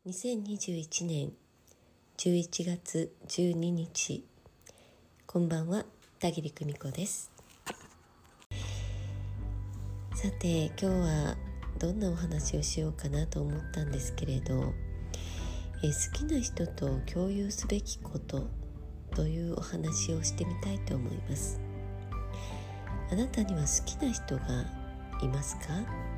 2021年11月12日、こんばんは、田切久美子です。さて、今日はどんなお話をしようかなと思ったんですけれど、好きな人と共有すべきことというお話をしてみたいと思います。あなたには好きな人がいますか？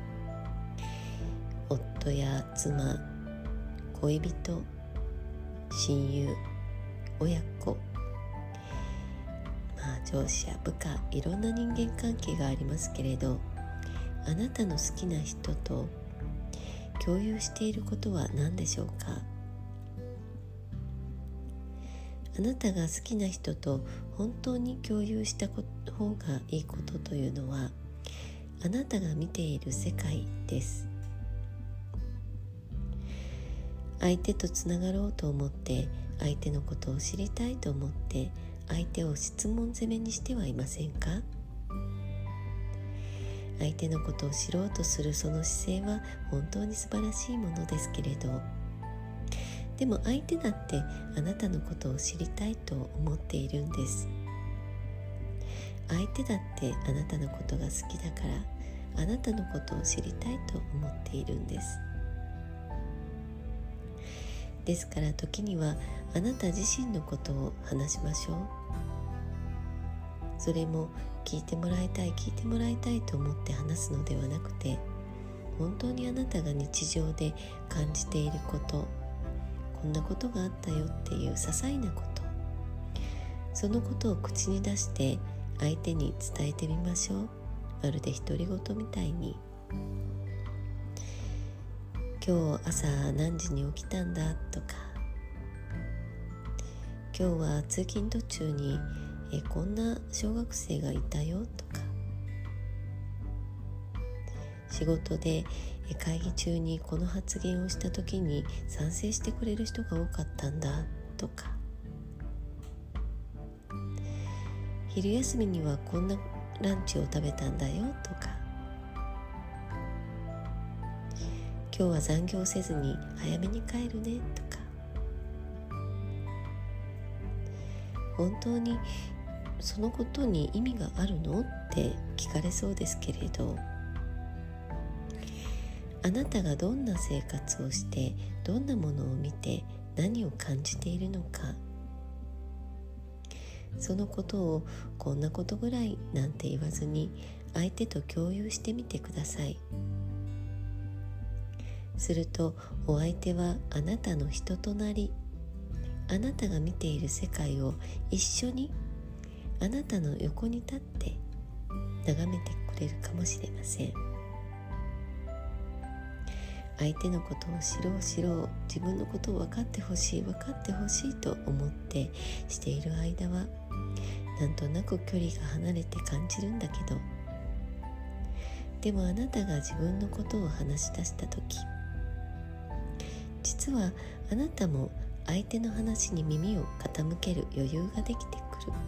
夫や妻、恋人、親友、親子、上司や部下、いろんな人間関係がありますけれど、あなたの好きな人と共有していることは何でしょうか？あなたが好きな人と本当に共有した方がいいことというのは、あなたが見ている世界です。相手とつながろうと思って、相手のことを知りたいと思って相手を質問攻めにしてはいませんか？相手のことを知ろうとするその姿勢は本当に素晴らしいものですけれど、でも相手だってあなたのことを知りたいと思っているんです。相手だってあなたのことが好きだから、あなたのことを知りたいと思っているんです。ですから時にはあなた自身のことを話しましょう。それも聞いてもらいたいと思って話すのではなくて、本当にあなたが日常で感じていること、こんなことがあったよっていう些細なこと、そのことを口に出して相手に伝えてみましょう。まるで独り言みたいに。今日朝何時に起きたんだとか、今日は通勤途中にこんな小学生がいたよとか、仕事で会議中にこの発言をした時に賛成してくれる人が多かったんだとか、昼休みにはこんなランチを食べたんだよとか、今日は残業せずに早めに帰るねとか、本当にそのことに意味があるのって聞かれそうですけれど、あなたがどんな生活をしてどんなものを見て何を感じているのか、そのことをこんなことぐらいなんて言わずに相手と共有してみてください。するとお相手はあなたの人となり、あなたが見ている世界を一緒にあなたの横に立って眺めてくれるかもしれません。相手のことを知ろう、自分のことを分かってほしいと思ってしている間は、なんとなく距離が離れて感じるんだけど、でもあなたが自分のことを話し出したとき、実はあなたも相手の話に耳を傾ける余裕ができてくる。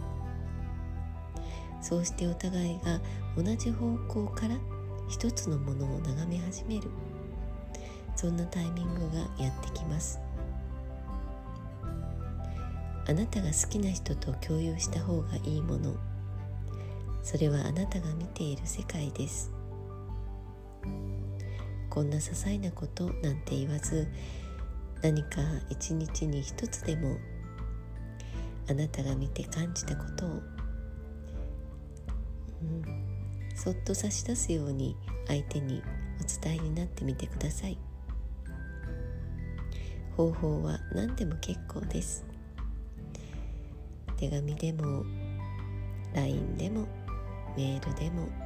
そうしてお互いが同じ方向から一つのものを眺め始める、そんなタイミングがやってきます。あなたが好きな人と共有した方がいいもの、それはあなたが見ている世界です。こんな些細なことなんて言わず、何か一日に一つでもあなたが見て感じたことを、そっと差し出すように相手にお伝えになってみてください。方法は何でも結構です。手紙でも LINE でもメールでも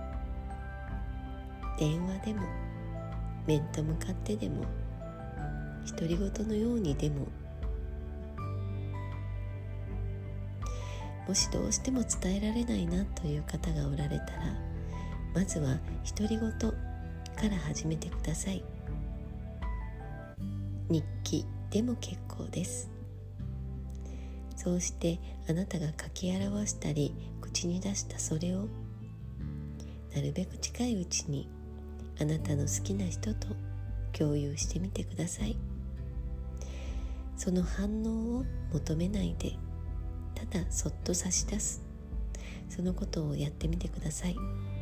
電話でも面と向かってでも独り言のようにでも、もしどうしても伝えられないなという方がおられたら、まずは独り言から始めてください。日記でも結構です。そうしてあなたが書き表したり口に出したそれをなるべく近いうちにあなたの好きな人と共有してみてください。 その反応を求めないで、ただそっと差し出す、そのことをやってみてください。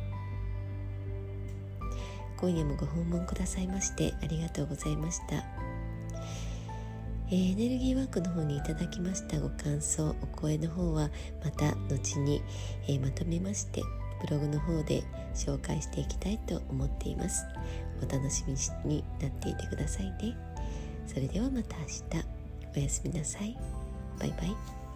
今夜もご訪問くださいましてありがとうございました。エネルギーワークの方にいただきましたご感想、お声の方はまた後に、まとめましてブログの方で紹介していきたいと思っています。お楽しみになっていてくださいね。それではまた明日、おやすみなさい。バイバイ。